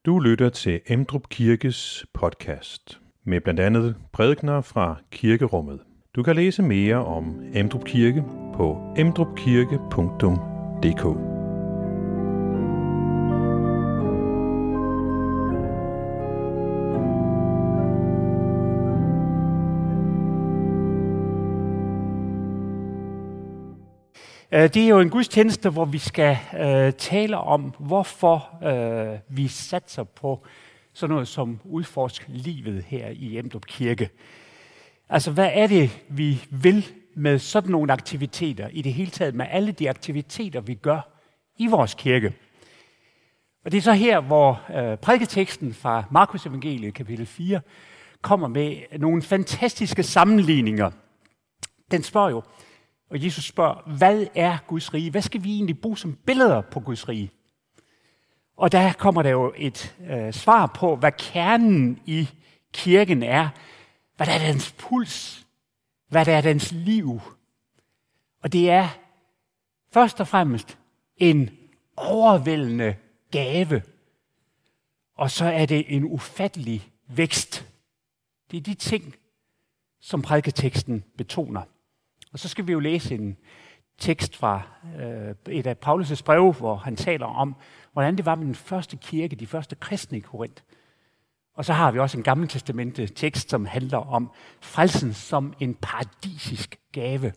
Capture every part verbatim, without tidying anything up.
Du lytter til Emdrup Kirkes podcast med blandt andet prædikener fra kirkerummet. Du kan læse mere om Emdrup Kirke på emdrupkirke punktum d k. Det er jo en gudstjeneste, hvor vi skal øh, tale om, hvorfor øh, vi satser på sådan noget som udforsk livet her i Emdrup Kirke. Altså, hvad er det, vi vil med sådan nogle aktiviteter, i det hele taget med alle de aktiviteter, vi gør i vores kirke? Og det er så her, hvor øh, prædiketeksten fra Markus Evangeliet, kapitel fire, kommer med nogle fantastiske sammenligninger. Den spørger jo, og Jesus spørger, hvad er Guds rige? Hvad skal vi egentlig bruge som billeder på Guds rige? Og der kommer der jo et øh, svar på, hvad kernen i kirken er. Hvad der er dens puls? Hvad der er dens liv? Og det er først og fremmest en overvældende gave. Og så er det en ufattelig vækst. Det er de ting, som prædiketeksten betoner. Og så skal vi jo læse en tekst fra øh, et af Paulus' breve, hvor han taler om, hvordan det var med den første kirke, de første kristne i Korinth. Og så har vi også en Gamle Testamente tekst, som handler om frelsen som en paradisisk gave.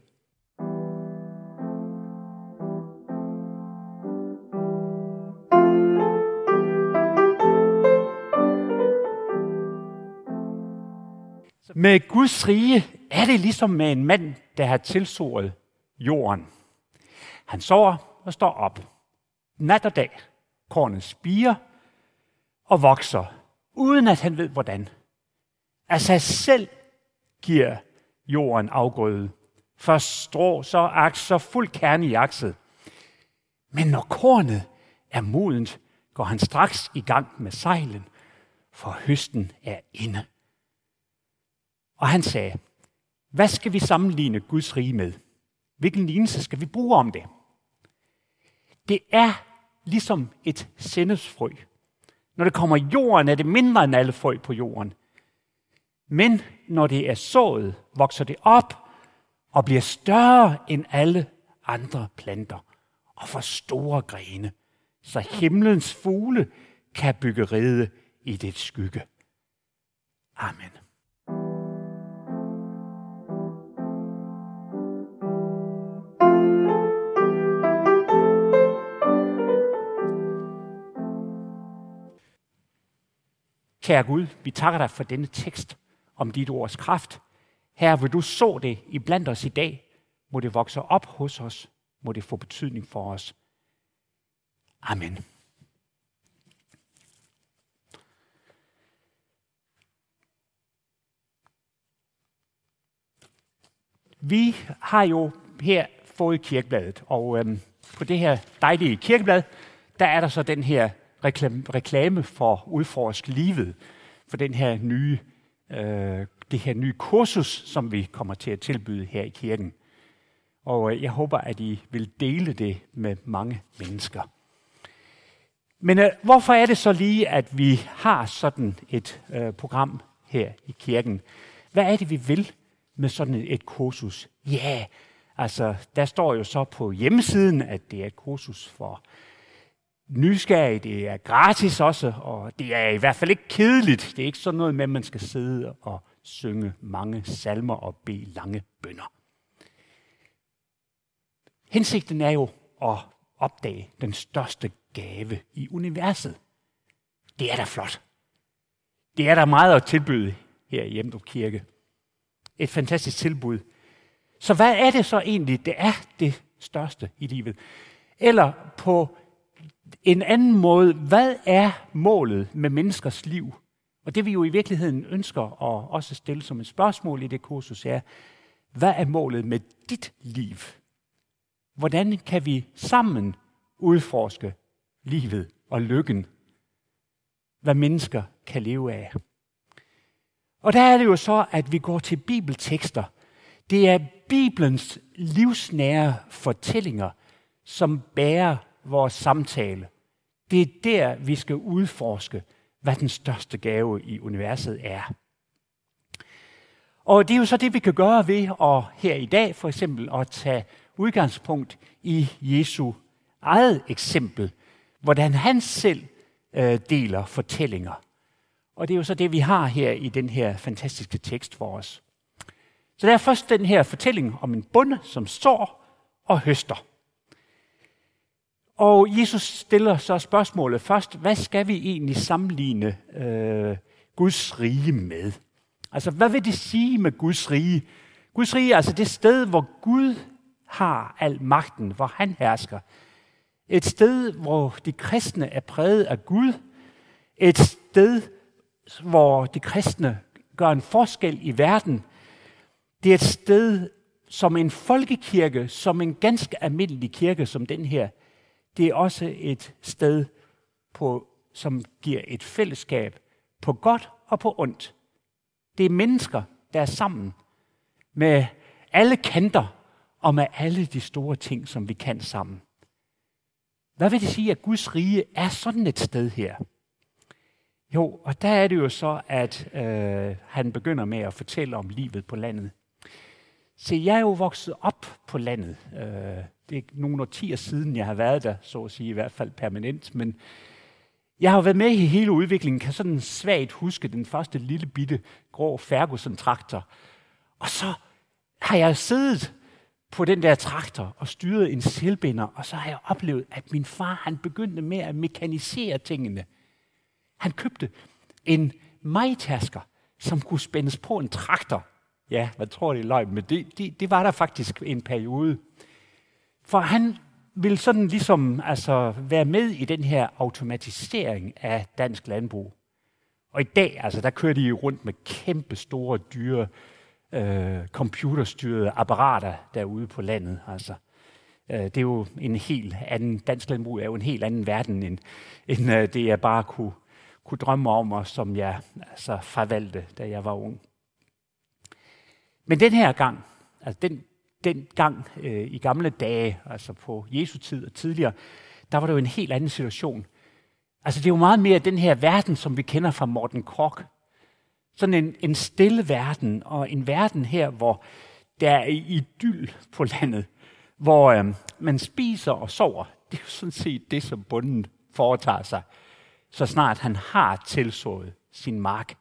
Med Guds rige er det ligesom med en mand, der har tilsåret jorden. Han sover og står op. Nat og dag. Kornet spirer og vokser, uden at han ved hvordan. Af sig selv giver jorden afgrøde. Først strå, så aks, så fuld kerne i akset. Men når kornet er modent, går han straks i gang med sejlen, for høsten er inde. Og han sagde, hvad skal vi sammenligne Guds rige med? Hvilken lignelse skal vi bruge om det? Det er ligesom et sennepsfrø. Når det kommer i jorden, er det mindre end alle frø på jorden. Men når det er sået, vokser det op og bliver større end alle andre planter og får store grene, så himlens fugle kan bygge rede i det skygge. Amen. Kære Gud, vi takker dig for denne tekst om dit ords kraft. Herre, vil du så det iblandt os i dag, må det vokse op hos os, må det få betydning for os. Amen. Vi har jo her fået kirkebladet, og øhm, på det her dejlige kirkeblad, der er der så den her reklame for udforsk livet, for den her nye, øh, det her nye kursus, som vi kommer til at tilbyde her i kirken. Og jeg håber, at I vil dele det med mange mennesker. Men øh, hvorfor er det så lige, at vi har sådan et øh, program her i kirken? Hvad er det, vi vil med sådan et kursus? Ja, altså der står jo så på hjemmesiden, at det er et kursus for nysgerrig, det er gratis også, og det er i hvert fald ikke kedeligt. Det er ikke sådan noget med, at man skal sidde og synge mange salmer og bede lange bønner. Hensigten er jo at opdage den største gave i universet. Det er da flot. Det er der meget at tilbyde her i Emdrup Kirke. Et fantastisk tilbud. Så hvad er det så egentlig, det er det største i livet? Eller på en anden måde, hvad er målet med menneskers liv? Og det vi jo i virkeligheden ønsker at også stille som et spørgsmål i det kursus er, hvad er målet med dit liv? Hvordan kan vi sammen udforske livet og lykken? Hvad mennesker kan leve af? Og der er det jo så, at vi går til bibeltekster. Det er Bibelens livsnære fortællinger, som bærer vores samtale. Det er der, vi skal udforske, hvad den største gave i universet er. Og det er jo så det, vi kan gøre ved at her i dag for eksempel at tage udgangspunkt i Jesu eget eksempel, hvordan han selv øh, deler fortællinger. Og det er jo så det, vi har her i den her fantastiske tekst for os. Så der er først den her fortælling om en bonde, som sår og høster. Og Jesus stiller så spørgsmålet først, hvad skal vi egentlig sammenligne øh, Guds rige med? Altså, hvad vil det sige med Guds rige? Guds rige er altså det sted, hvor Gud har al magten, hvor han hersker. Et sted, hvor de kristne er præget af Gud. Et sted, hvor de kristne gør en forskel i verden. Det er et sted, som en folkekirke, som en ganske almindelig kirke som den her, det er også et sted, på, som giver et fællesskab på godt og på ondt. Det er mennesker, der er sammen med alle kanter og med alle de store ting, som vi kan sammen. Hvad vil det sige, at Guds rige er sådan et sted her? Jo, og der er det jo så, at øh, han begynder med at fortælle om livet på landet. Se, jeg er jo vokset op på landet. Øh, det er nogle årtier siden, jeg har været der, så at sige, i hvert fald permanent. Men jeg har været med i hele udviklingen, kan sådan svagt huske den første lille bitte grå Ferguson-traktor. Og så har jeg siddet på den der traktor og styret en selvbinder, og så har jeg oplevet, at min far han begyndte med at mekanisere tingene. Han købte en majtasker, som kunne spændes på en traktor. Ja, hvad tror det er løgn, men det, det, det var der faktisk en periode. For han ville sådan ligesom altså, være med i den her automatisering af dansk landbrug. Og i dag, altså, der kører de rundt med kæmpe store, dyre, øh, computerstyrede apparater derude på landet. Altså, øh, det er jo en helt anden, dansk landbrug er jo en helt anden verden, end, end øh, det jeg bare kunne, kunne drømme om, og som jeg altså, forvalgte, da jeg var ung. Men den her gang, altså den, den gang øh, i gamle dage, altså på Jesu tid og tidligere, der var det jo en helt anden situation. Altså det er jo meget mere den her verden, som vi kender fra Morten Korch. Sådan en, en stille verden, og en verden her, hvor der er idyl på landet, hvor øh, man spiser og sover. Det er jo sådan set det, som bonden foretager sig, så snart han har tilsået sin mark.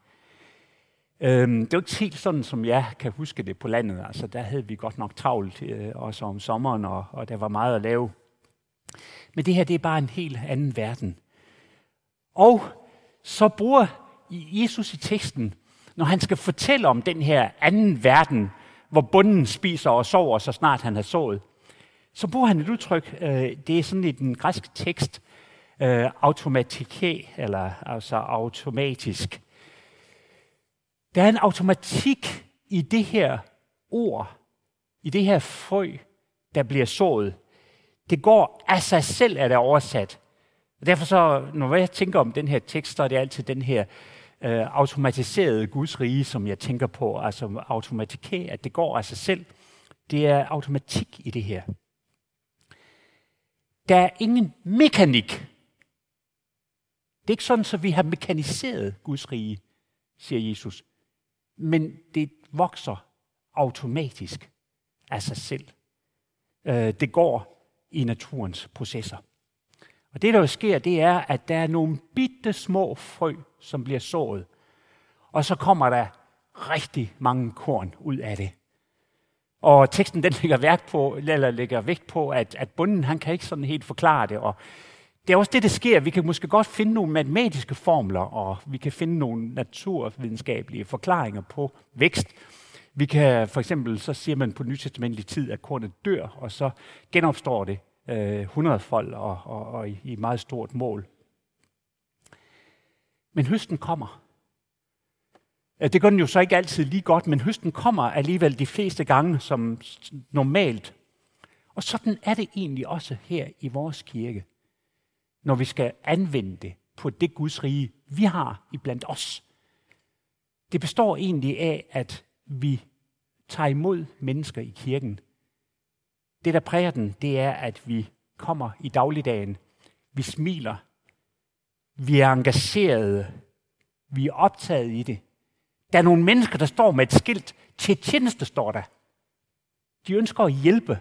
Øhm, det var ikke helt sådan, som jeg kan huske det på landet. Altså, der havde vi godt nok travlt, øh, også om sommeren, og, og der var meget at lave. Men det her, det er bare en helt anden verden. Og så bruger Jesus i teksten, når han skal fortælle om den her anden verden, hvor bonden spiser og sover, så snart han har sået, så bruger han et udtryk, øh, det er sådan i den græske tekst, øh, automatike, eller altså automatisk. Der er en automatik i det her ord, i det her frø, der bliver sået. Det går af sig selv, er det oversat. Og derfor så, når jeg tænker om den her tekst, så er det altid den her øh, automatiserede Guds rige, som jeg tænker på, altså automatike, at det går af sig selv. Det er automatik i det her. Der er ingen mekanik. Det er ikke sådan, at vi har mekaniseret Guds rige, siger Jesus. Men det vokser automatisk af sig selv. Det går i naturens processer. Og det, der jo sker, det er, at der er nogle bitte små frø, som bliver sået. Og så kommer der rigtig mange korn ud af det. Og teksten den lægger vægt på, eller lægger vægt på, at, at bonden han kan ikke sådan helt forklare det. Og det er også det, der sker. Vi kan måske godt finde nogle matematiske formler, og vi kan finde nogle naturvidenskabelige forklaringer på vækst. Vi kan for eksempel, så siger man på nytestamentlig tid, at kornet dør, og så genopstår det øh, hundredfold og, og, og i, i meget stort mål. Men høsten kommer. Det gør den jo så ikke altid lige godt, men høsten kommer alligevel de fleste gange som normalt. Og sådan er det egentlig også her i vores kirke, når vi skal anvende det på det Guds rige, vi har iblandt os. Det består egentlig af, at vi tager imod mennesker i kirken. Det, der præger den, det er, at vi kommer i dagligdagen, vi smiler, Vi er engagerede. Vi er optaget i det. Der er nogle mennesker, der står med et skilt. Til tjeneste står der. De ønsker at hjælpe.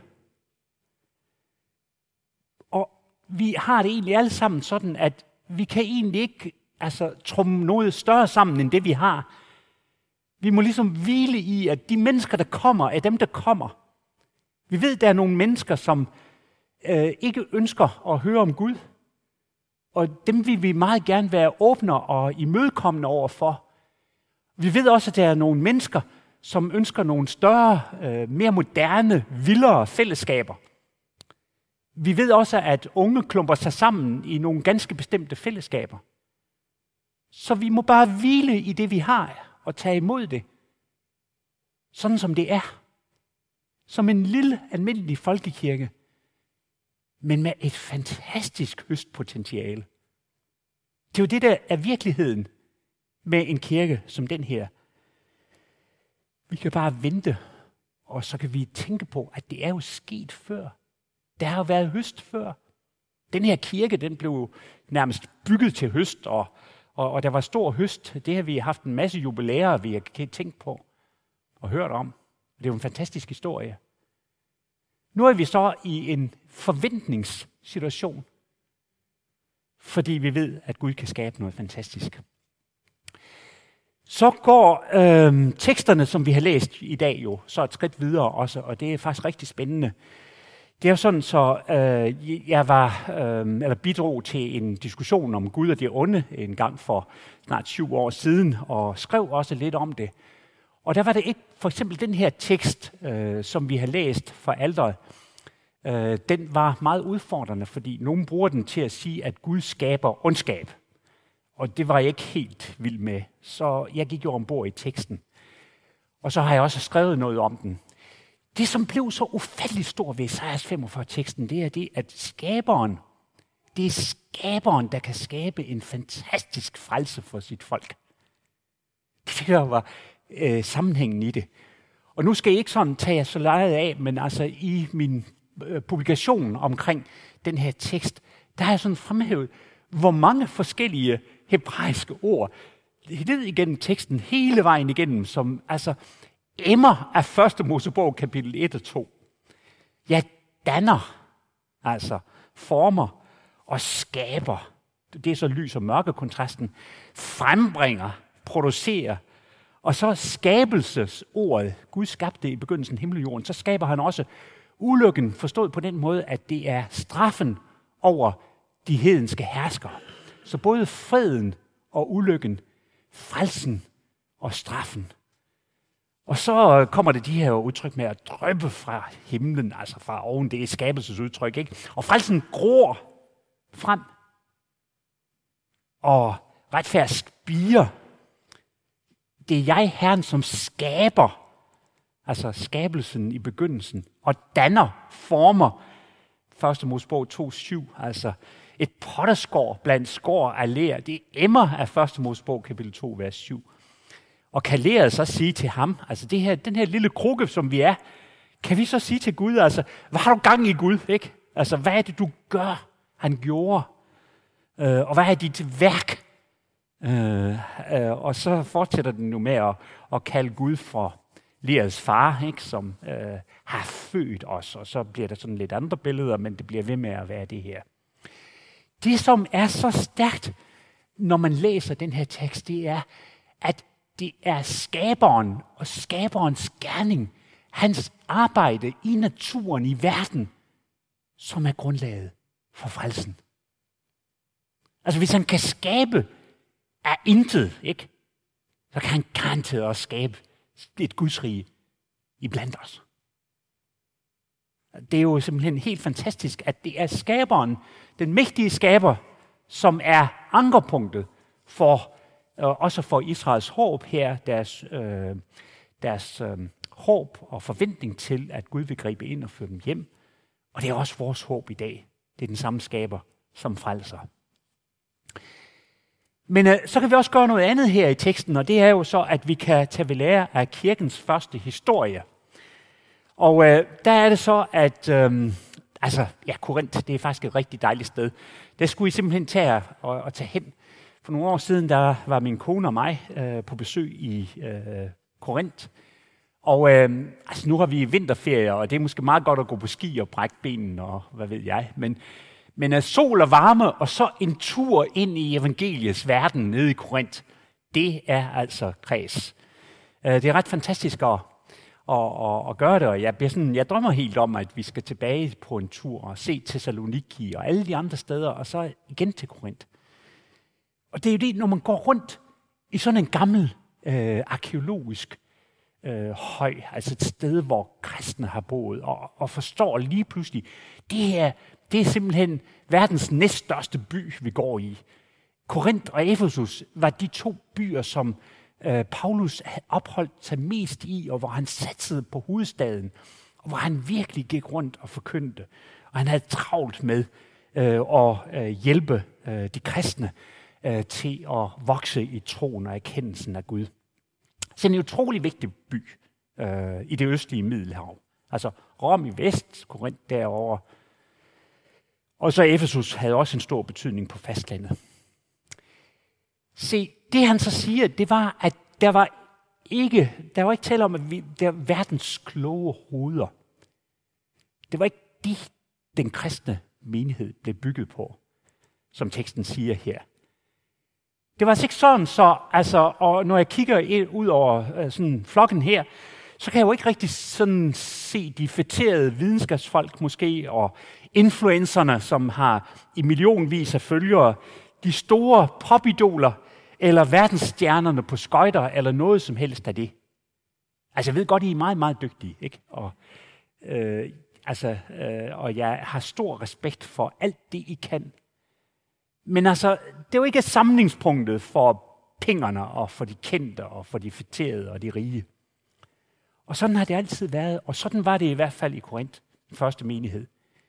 Og vi har det egentlig alle sammen sådan, at vi kan egentlig ikke altså, trumme noget større sammen, end det vi har. Vi må ligesom hvile i, at de mennesker, der kommer, er dem, der kommer. Vi ved, at der er nogle mennesker, som øh, ikke ønsker at høre om Gud. Og dem vil vi meget gerne være åbne og imødekommende overfor. Vi ved også, at der er nogle mennesker, som ønsker nogle større, øh, mere moderne, vildere fællesskaber. Vi ved også, at unge klumper sig sammen i nogle ganske bestemte fællesskaber. Så vi må bare hvile i det, vi har, og tage imod det. Sådan som det er. Som en lille, almindelig folkekirke, men med et fantastisk høstpotentiale. Det er jo det, der er virkeligheden med en kirke som den her. Vi kan bare vente, og så kan vi tænke på, at det er jo sket før. Der har jo været høst før. Den her kirke, den blev nærmest bygget til høst, og, og, og der var stor høst. Det har vi haft en masse jubilæer, vi har tænkt på og hørt om. Det er jo en fantastisk historie. Nu er vi så i en forventningssituation, fordi vi ved, at Gud kan skabe noget fantastisk. Så går øh, teksterne, som vi har læst i dag, jo så et skridt videre også, og det er faktisk rigtig spændende. Det er jo sådan, så øh, jeg var øh, eller bidrog til en diskussion om Gud og det onde en gang for snart syv år siden, og skrev også lidt om det. Og der var det ikke for eksempel den her tekst, øh, som vi har læst fra alteret, øh, den var meget udfordrende, fordi nogen bruger den til at sige, at Gud skaber ondskab. Og det var jeg ikke helt vild med, så jeg gik jo ombord i teksten. Og så har jeg også skrevet noget om den. Det, som blev så ufattelig stor ved Esajas femogfyrre-teksten, det er det, at skaberen, det er skaberen, der kan skabe en fantastisk frelse for sit folk. Det der var øh, sammenhængen i det. Og nu skal jeg ikke sådan tage jer så lejet af, men altså i min øh, publikation omkring den her tekst, der har jeg sådan fremhævet, hvor mange forskellige hebraiske ord ned igennem teksten, hele vejen igennem, som altså emmer af første Mosebog, kapitel et og to. Jeg danner, altså former og skaber. Det er så lys- og mørkekontrasten. Frembringer, producerer. Og så skabelsesordet, Gud skabte i begyndelsen himmel og jorden, så skaber han også ulykken, forstået på den måde, at det er straffen over de hedenske herskere. Så både freden og ulykken, frelsen og straffen. Og så kommer det de her udtryk med at dryppe fra himlen, altså fra oven, det er skabelsesudtryk, ikke? Og frelsen gror frem, og retfærd spirer. Det er jeg, Herren, som skaber, altså skabelsen i begyndelsen, og danner former. første Mosebog to syv, altså et potterskår blandt skår af ler. Det emmer af første Mosebog, kapitel to, vers syv. Og kan leret så sige til ham, altså det her, den her lille krukke, som vi er, kan vi så sige til Gud, altså, hvad har du gang i Gud, ikke? Altså, hvad er det, du gør, han gjorde? Øh, og hvad er dit værk? Øh, øh, og så fortsætter den nu med at, at kalde Gud for lerets far, ikke? Som øh, har født os, og så bliver der sådan lidt andre billeder, men det bliver ved med at være det her. Det, som er så stærkt, når man læser den her tekst, det er, at det er skaberen og skaberens gerning, hans arbejde i naturen, i verden, som er grundlaget for frelsen. Altså hvis han kan skabe af intet, ikke? Så kan han garanteret også skabe et gudsrige iblandt os. Det er jo simpelthen helt fantastisk, at det er skaberen, den mægtige skaber, som er ankerpunktet for også for Israels håb her, deres, øh, deres øh, håb og forventning til, at Gud vil gribe ind og føre dem hjem. Og det er også vores håb i dag. Det er den samme skaber, som frelser. Men øh, så kan vi også gøre noget andet her i teksten, og det er jo så, at vi kan tage ved lære af kirkens første historie. Og øh, der er det så, at øh, altså, ja, Korinth, det er faktisk et rigtig dejligt sted. Der skulle I simpelthen tage og, og tage hen. For nogle år siden, der var min kone og mig øh, på besøg i øh, Korinth. Og øh, altså, nu har vi vinterferie, og det er måske meget godt at gå på ski og brække benene, og hvad ved jeg. Men, men at sol og varme, og så en tur ind i evangeliets verden nede i Korinth, det er altså kreds. Øh, det er ret fantastisk at, at, at, at gøre det, og jeg, bliver sådan, jeg drømmer helt om, at vi skal tilbage på en tur og se Thessaloniki og alle de andre steder, og så igen til Korinth. Og det er jo det, når man går rundt i sådan en gammel øh, arkeologisk øh, høj, altså et sted, hvor kristne har boet, og, og forstår lige pludselig, det her, det er simpelthen verdens næststørste by, vi går i. Korinth og Efesus var de to byer, som øh, Paulus opholdt sig mest i, og hvor han satsede på hovedstaden, og hvor han virkelig gik rundt og forkyndte. Og han havde travlt med øh, at øh, hjælpe øh, de kristne øh, til at vokse i troen og erkendelsen af Gud. Så en utrolig vigtig by øh, i det østlige Middelhav. Altså Rom i vest, Korinth derovre. Og så Efesus havde også en stor betydning på fastlandet. Se, det han så siger, det var, at der var ikke, der var ikke tale om, at vi, der var verdens kloge hoveder. Det var ikke de, den kristne menighed blev bygget på, som teksten siger her. Det var altså ikke sådan, så, altså, og når jeg kigger ud over sådan flokken her, så kan jeg jo ikke rigtig sådan se de fætterede videnskabsfolk måske, og influencerne, som har i millionvis af følgere, de store popidoler, eller verdensstjernerne på skøjter, eller noget som helst af det. Altså jeg ved godt, I er meget, meget dygtige, ikke? Og, øh, altså, øh, og jeg har stor respekt for alt det, I kan. Men altså, det er jo ikke samlingspunktet for pengerne, og for de kendte, og for de fætterede, og de rige. Og sådan har det altid været, og sådan var det i hvert fald i Korinth, den første menighed.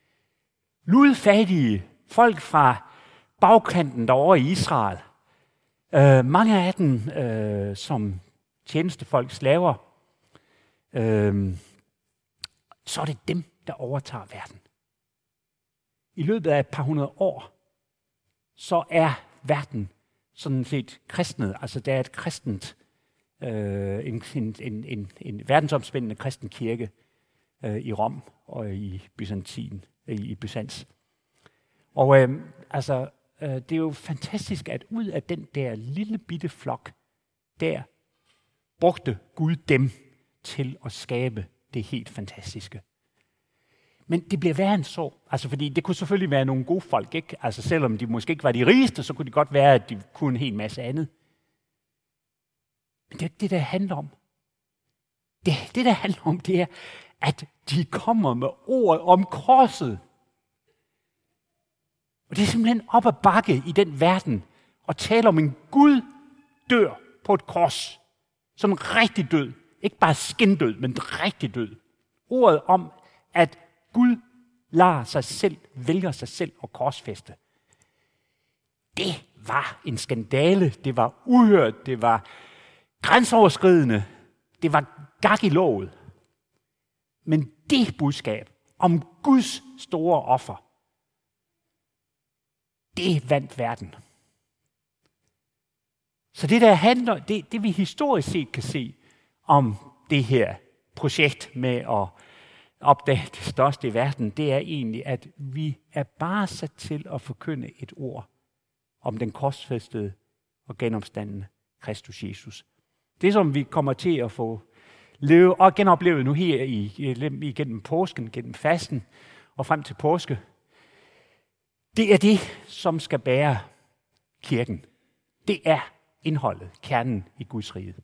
Ludfattige folk fra bagkanten derovre i Israel, øh, mange af dem øh, som tjenestefolk, slaver, øh, så er det dem, der overtager verden. I løbet af et par hundrede år, så er verden sådan set kristnet. Altså der er et kristent, øh, en, en, en, en, en verdensomspændende kristen kirke øh, i Rom og i Byzantin, i, i Byzans. Og øh, altså, øh, det er jo fantastisk, at ud af den der lille bitte flok, der brugte Gud dem til at skabe det helt fantastiske. Men det bliver værre end så. Altså, fordi det kunne selvfølgelig være nogle gode folk, ikke? Altså, selvom de måske ikke var de rigeste, så kunne det godt være, at de kunne en hel masse andet. Men det er ikke det, der handler om. Det, det, der handler om, det er, at de kommer med ordet om korset. Og det er simpelthen op ad bakke i den verden, og tale om en Gud dør på et kors. Som en rigtig død. Ikke bare skindød, men rigtig død. Ordet om, at Gud lader sig selv, vælger sig selv at korsfæste. Det var en skandale, det var uhørt, det var grænseoverskridende, det var gak i låget. Men det budskab om Guds store offer, det vandt verden. Så det der handler, det, det vi historisk set kan se om det her projekt med at opdage det største i verden, det er egentlig, at vi er bare sat til at forkynde et ord om den korsfæstede og genopstandende Kristus Jesus. Det, som vi kommer til at få leve og genopleve nu her igennem påsken, gennem fasten og frem til påske, det er det, som skal bære kirken. Det er indholdet, kernen i Guds rige.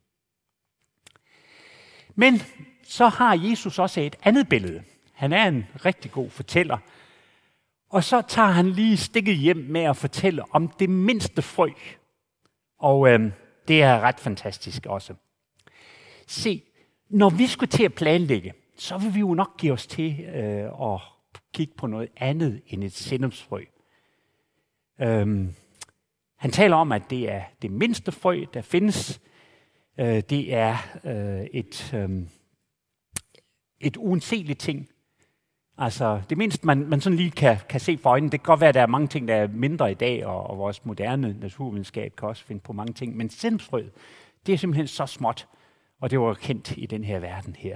Men så har Jesus også et andet billede. Han er en rigtig god fortæller. Og så tager han lige stikket hjem med at fortælle om det mindste frø. Og øh, det er ret fantastisk også. Se, når vi skulle til at planlægge, så vil vi jo nok give os til øh, at kigge på noget andet end et sennepsfrø. Øhm, han taler om, at det er det mindste frø, der findes. Øh, det er øh, et, øh, et uanseligt ting. Altså, det mindste, man, man sådan lige kan, kan se for øjnene, det kan godt være, at der er mange ting, der er mindre i dag, og, og vores moderne naturvidenskab kan også finde på mange ting, men sennepsfrøet, det er simpelthen så småt, og det var kendt i den her verden her.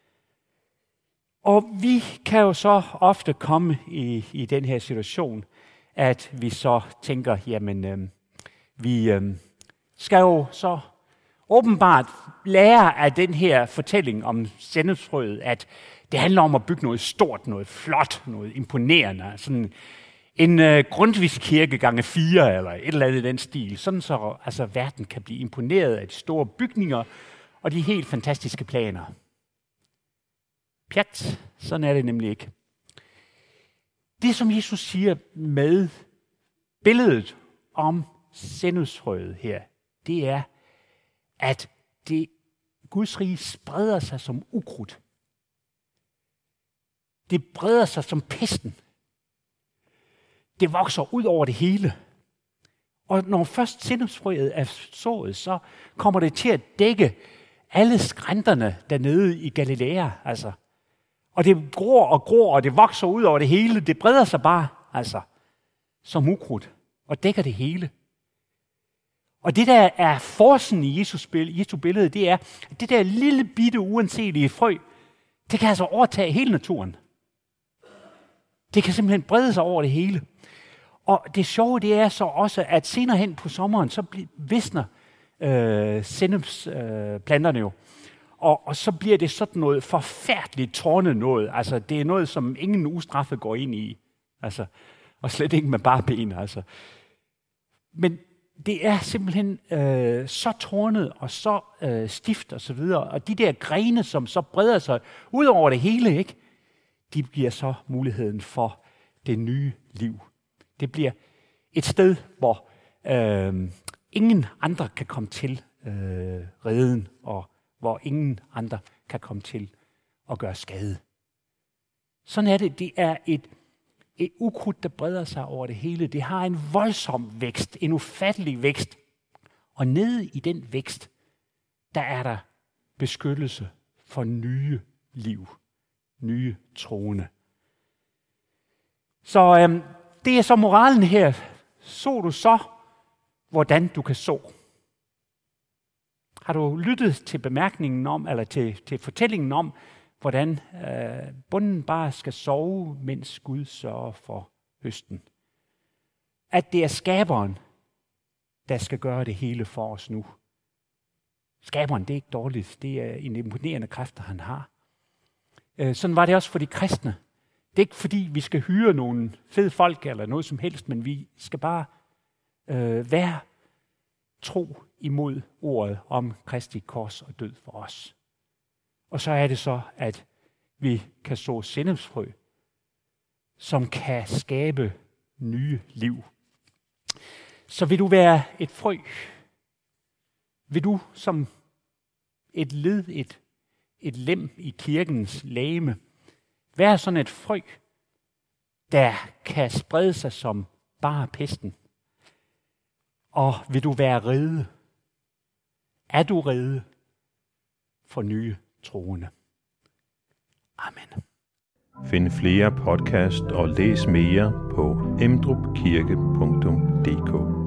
Og vi kan jo så ofte komme i, i den her situation, at vi så tænker, jamen, øh, vi øh, skal jo så åbenbart lære af den her fortælling om sennepsfrøet, at det handler om at bygge noget stort, noget flot, noget imponerende. Sådan en øh, Grundtvigskirke gange fire, eller et eller andet i den stil. Sådan så altså, verden kan blive imponeret af de store bygninger og de helt fantastiske planer. Pjat, sådan er det nemlig ikke. Det, som Jesus siger med billedet om sennepsfrøet her, det er, at det Guds rige spreder sig som ukrudt. Det breder sig som pesten. Det vokser ud over det hele. Og når først sennepsfrøet er sået, så kommer det til at dække alle skrænterne dernede i Galilea. Altså. Og det gror og gror, og det vokser ud over det hele. Det breder sig bare altså, som ukrudt og dækker det hele. Og det, der er forsen i Jesus Jesu billede, det er, at det der lille bitte uanselige frø, det kan altså overtage hele naturen. Det kan simpelthen brede sig over det hele. Og det sjove, det er så også, at senere hen på sommeren, så visner øh, sennepsplanterne øh, jo. Og, og så bliver det sådan noget forfærdeligt tårnet noget. Altså, det er noget, som ingen ustraffet går ind i. Altså, og slet ikke med bare ben. Altså. Men det er simpelthen øh, så tårnet og så øh, stift og så videre. Og de der grene, som så breder sig ud over det hele, ikke? De giver så muligheden for det nye liv. Det bliver et sted, hvor øh, ingen andre kan komme til øh, reden, og hvor ingen andre kan komme til at gøre skade. Sådan er det. Det er et, et ukrudt, der breder sig over det hele. Det har en voldsom vækst, en ufattelig vækst. Og nede i den vækst, der er der beskyttelse for nye liv. Nye troende. Så øhm, det er så moralen her. Så du så, hvordan du kan så? Har du lyttet til bemærkningen om, eller til, til fortællingen om, hvordan øh, bonden bare skal sove, mens Gud sørger for høsten? At det er skaberen, der skal gøre det hele for os nu. Skaberen, det er ikke dårligt. Det er en imponerende kraft, han har. Sådan var det også for de kristne. Det er ikke fordi, vi skal hyre nogle fede folk eller noget som helst, men vi skal bare øh, være tro imod ordet om Kristi kors og død for os. Og så er det så, at vi kan så sennepsfrø, som kan skabe nye liv. Så vil du være et frø? Vil du som et led, et et lem i kirkens legeme, være sådan et frø, der kan sprede sig som bare pesten? Og vil du være rede? Er du rede for nye troende? Amen. Find flere podcast og læs mere på emdrupkirke punktum d k.